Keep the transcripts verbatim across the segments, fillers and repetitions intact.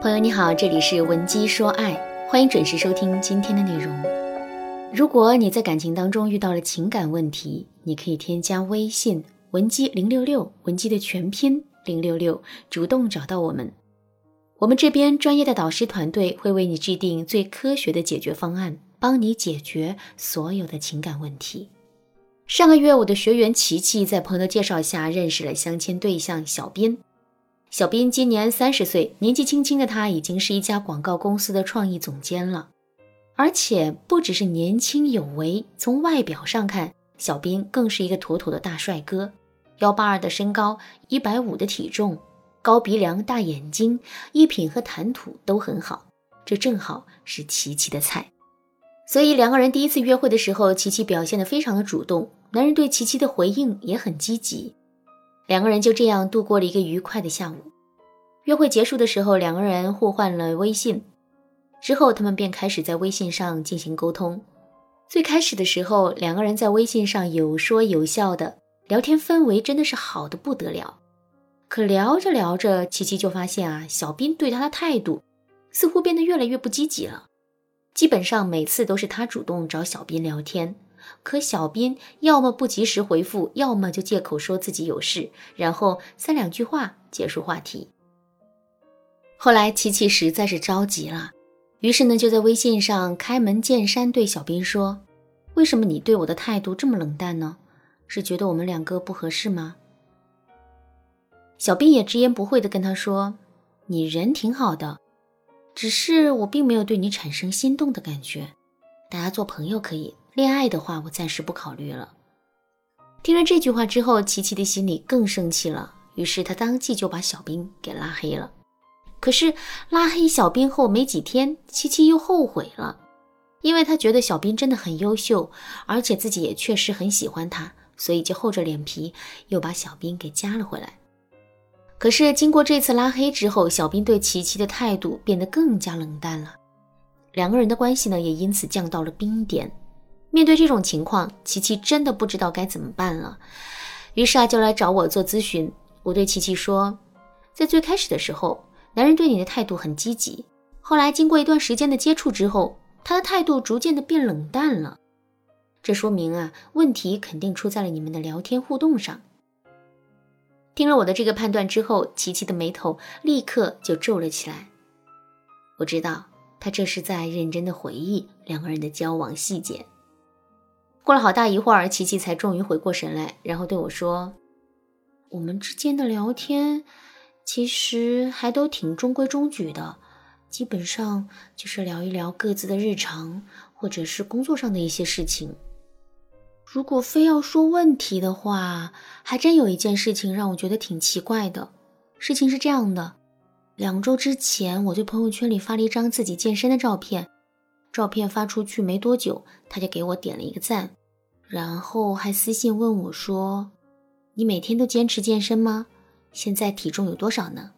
朋友你好，这里是文姬说爱，欢迎准时收听今天的内容。如果你在感情当中遇到了情感问题，你可以添加微信文姬零六六，文姬的全拼零六六，主动找到我们。我们这边专业的导师团队会为你制定最科学的解决方案，帮你解决所有的情感问题。上个月我的学员琪琪在朋友介绍下认识了相亲对象小斌。小斌今年三十岁，年纪轻轻的他已经是一家广告公司的创意总监了。而且不只是年轻有为，从外表上看，小斌更是一个妥妥的大帅哥，一八二的身高，一百五的体重，高鼻梁大眼睛，衣品和谈吐都很好，这正好是琪琪的菜。所以两个人第一次约会的时候，琪琪表现得非常的主动，男人对琪琪的回应也很积极。两个人就这样度过了一个愉快的下午。约会结束的时候，两个人互换了微信，之后他们便开始在微信上进行沟通。最开始的时候，两个人在微信上有说有笑的，聊天氛围真的是好得不得了。可聊着聊着，琪琪就发现啊，小斌对他的态度似乎变得越来越不积极了。基本上每次都是他主动找小斌聊天，可小斌要么不及时回复，要么就借口说自己有事，然后三两句话结束话题。后来琪琪实在是着急了，于是呢就在微信上开门见山对小斌说，为什么你对我的态度这么冷淡呢？是觉得我们两个不合适吗？小斌也直言不讳地跟他说，你人挺好的，只是我并没有对你产生心动的感觉，大家做朋友可以，恋爱的话我暂时不考虑了。听了这句话之后，琪琪的心里更生气了，于是他当即就把小斌给拉黑了。可是拉黑小斌后没几天，琪琪又后悔了，因为他觉得小斌真的很优秀，而且自己也确实很喜欢他，所以就厚着脸皮又把小斌给加了回来。可是经过这次拉黑之后，小斌对琪琪的态度变得更加冷淡了，两个人的关系呢也因此降到了冰点。面对这种情况，琪琪真的不知道该怎么办了，于是啊就来找我做咨询。我对琪琪说，在最开始的时候，男人对你的态度很积极，后来经过一段时间的接触之后，他的态度逐渐的变冷淡了。这说明啊，问题肯定出在了你们的聊天互动上。听了我的这个判断之后，琪琪的眉头立刻就皱了起来。我知道他这是在认真的回忆两个人的交往细节。过了好大一会儿，琪琪才终于回过神来，然后对我说，我们之间的聊天其实还都挺中规中矩的，基本上就是聊一聊各自的日常，或者是工作上的一些事情。如果非要说问题的话，还真有一件事情让我觉得挺奇怪的。事情是这样的，两周之前我在朋友圈里发了一张自己健身的照片，照片发出去没多久，他就给我点了一个赞，然后还私信问我说，你每天都坚持健身吗？现在体重有多少呢？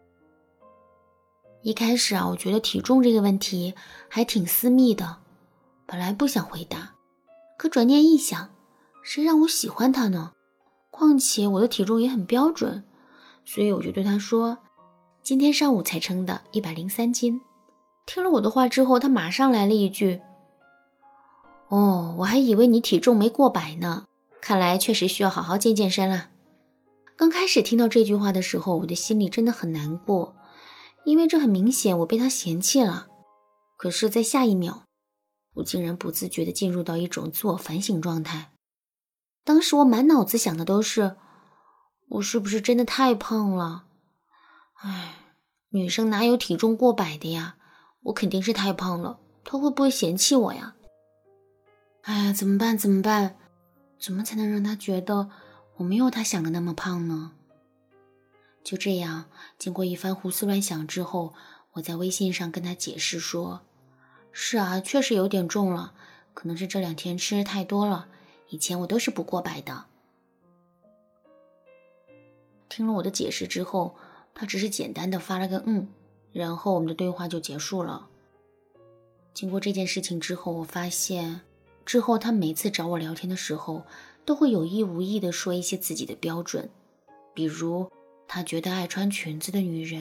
一开始啊，我觉得体重这个问题还挺私密的，本来不想回答，可转念一想，谁让我喜欢他呢？况且我的体重也很标准，所以我就对他说，今天上午才称的一百零三斤。听了我的话之后，他马上来了一句，哦，我还以为你体重没过百呢，看来确实需要好好健健身了。刚开始听到这句话的时候，我的心里真的很难过，因为这很明显我被他嫌弃了。可是在下一秒，我竟然不自觉地进入到一种自我反省状态。当时我满脑子想的都是，我是不是真的太胖了？唉，女生哪有体重过百的呀？我肯定是太胖了，他会不会嫌弃我呀？哎呀，怎么办怎么办？怎么才能让他觉得我没有他想的那么胖呢？就这样，经过一番胡思乱想之后，我在微信上跟他解释说，是啊，确实有点重了，可能是这两天吃太多了，以前我都是不过百的。听了我的解释之后，他只是简单的发了个嗯，然后我们的对话就结束了。经过这件事情之后，我发现之后他每次找我聊天的时候，都会有意无意的说一些自己的标准，比如他觉得爱穿裙子的女人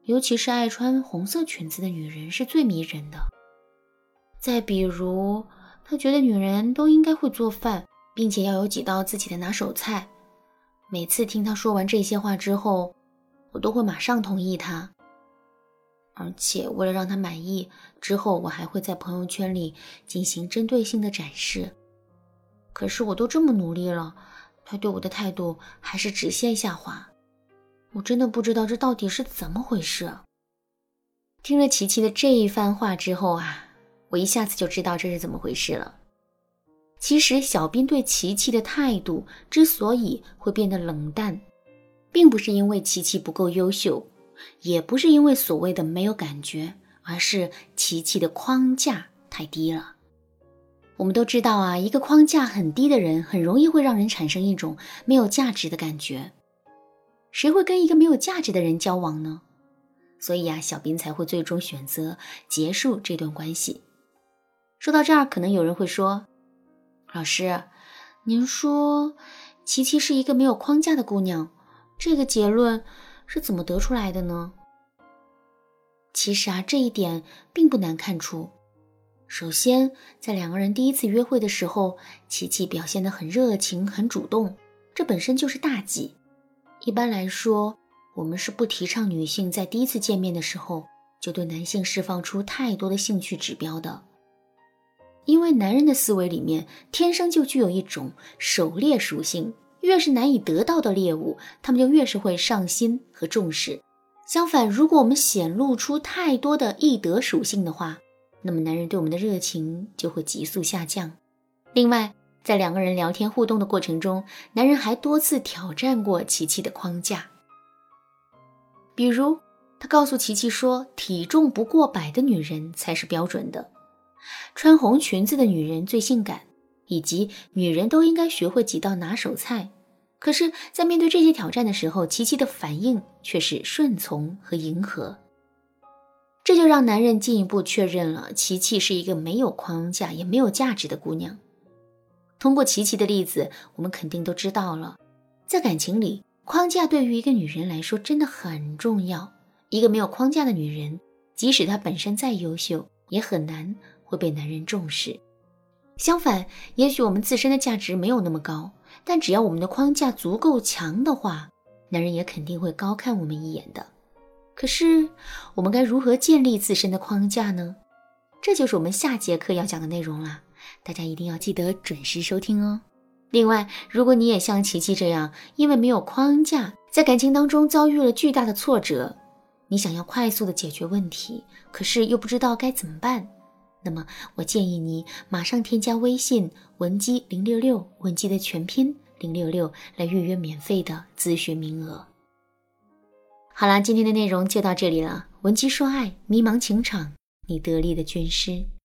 尤其是爱穿红色裙子的女人是最迷人的。再比如，他觉得女人都应该会做饭，并且要有几道自己的拿手菜。每次听他说完这些话之后，我都会马上同意他。而且为了让他满意，之后我还会在朋友圈里进行针对性的展示。可是我都这么努力了，他对我的态度还是直线下滑。我真的不知道这到底是怎么回事。听了琪琪的这一番话之后啊，我一下子就知道这是怎么回事了。其实小斌对琪琪的态度之所以会变得冷淡，并不是因为琪琪不够优秀，也不是因为所谓的没有感觉，而是琪琪的框架太低了。我们都知道啊，一个框架很低的人很容易会让人产生一种没有价值的感觉。谁会跟一个没有价值的人交往呢？所以啊，小斌才会最终选择结束这段关系。说到这儿，可能有人会说，老师，您说琪琪是一个没有框架的姑娘，这个结论是怎么得出来的呢？其实啊，这一点并不难看出。首先，在两个人第一次约会的时候，琪琪表现得很热情、很主动，这本身就是大忌。一般来说，我们是不提倡女性在第一次见面的时候就对男性释放出太多的兴趣指标的。因为男人的思维里面天生就具有一种狩猎属性，越是难以得到的猎物，他们就越是会上心和重视。相反，如果我们显露出太多的易得属性的话，那么男人对我们的热情就会急速下降。另外，在两个人聊天互动的过程中，男人还多次挑战过琪琪的框架。比如，他告诉琪琪说，体重不过百的女人才是标准的，穿红裙子的女人最性感，以及女人都应该学会几道拿手菜。可是，在面对这些挑战的时候，琪琪的反应却是顺从和迎合。这就让男人进一步确认了琪琪是一个没有框架也没有价值的姑娘。通过琪琪的例子，我们肯定都知道了，在感情里，框架对于一个女人来说真的很重要。一个没有框架的女人，即使她本身再优秀，也很难会被男人重视。相反，也许我们自身的价值没有那么高，但只要我们的框架足够强的话，男人也肯定会高看我们一眼的。可是，我们该如何建立自身的框架呢？这就是我们下节课要讲的内容啦，大家一定要记得准时收听哦。另外，如果你也像琪琪这样，因为没有框架，在感情当中遭遇了巨大的挫折，你想要快速的解决问题，可是又不知道该怎么办，那么我建议你马上添加微信文姬零六六，文姬的全拼零六六，来预约免费的咨询名额。好啦，今天的内容就到这里了。文姬说爱，迷茫情场，你得力的军师。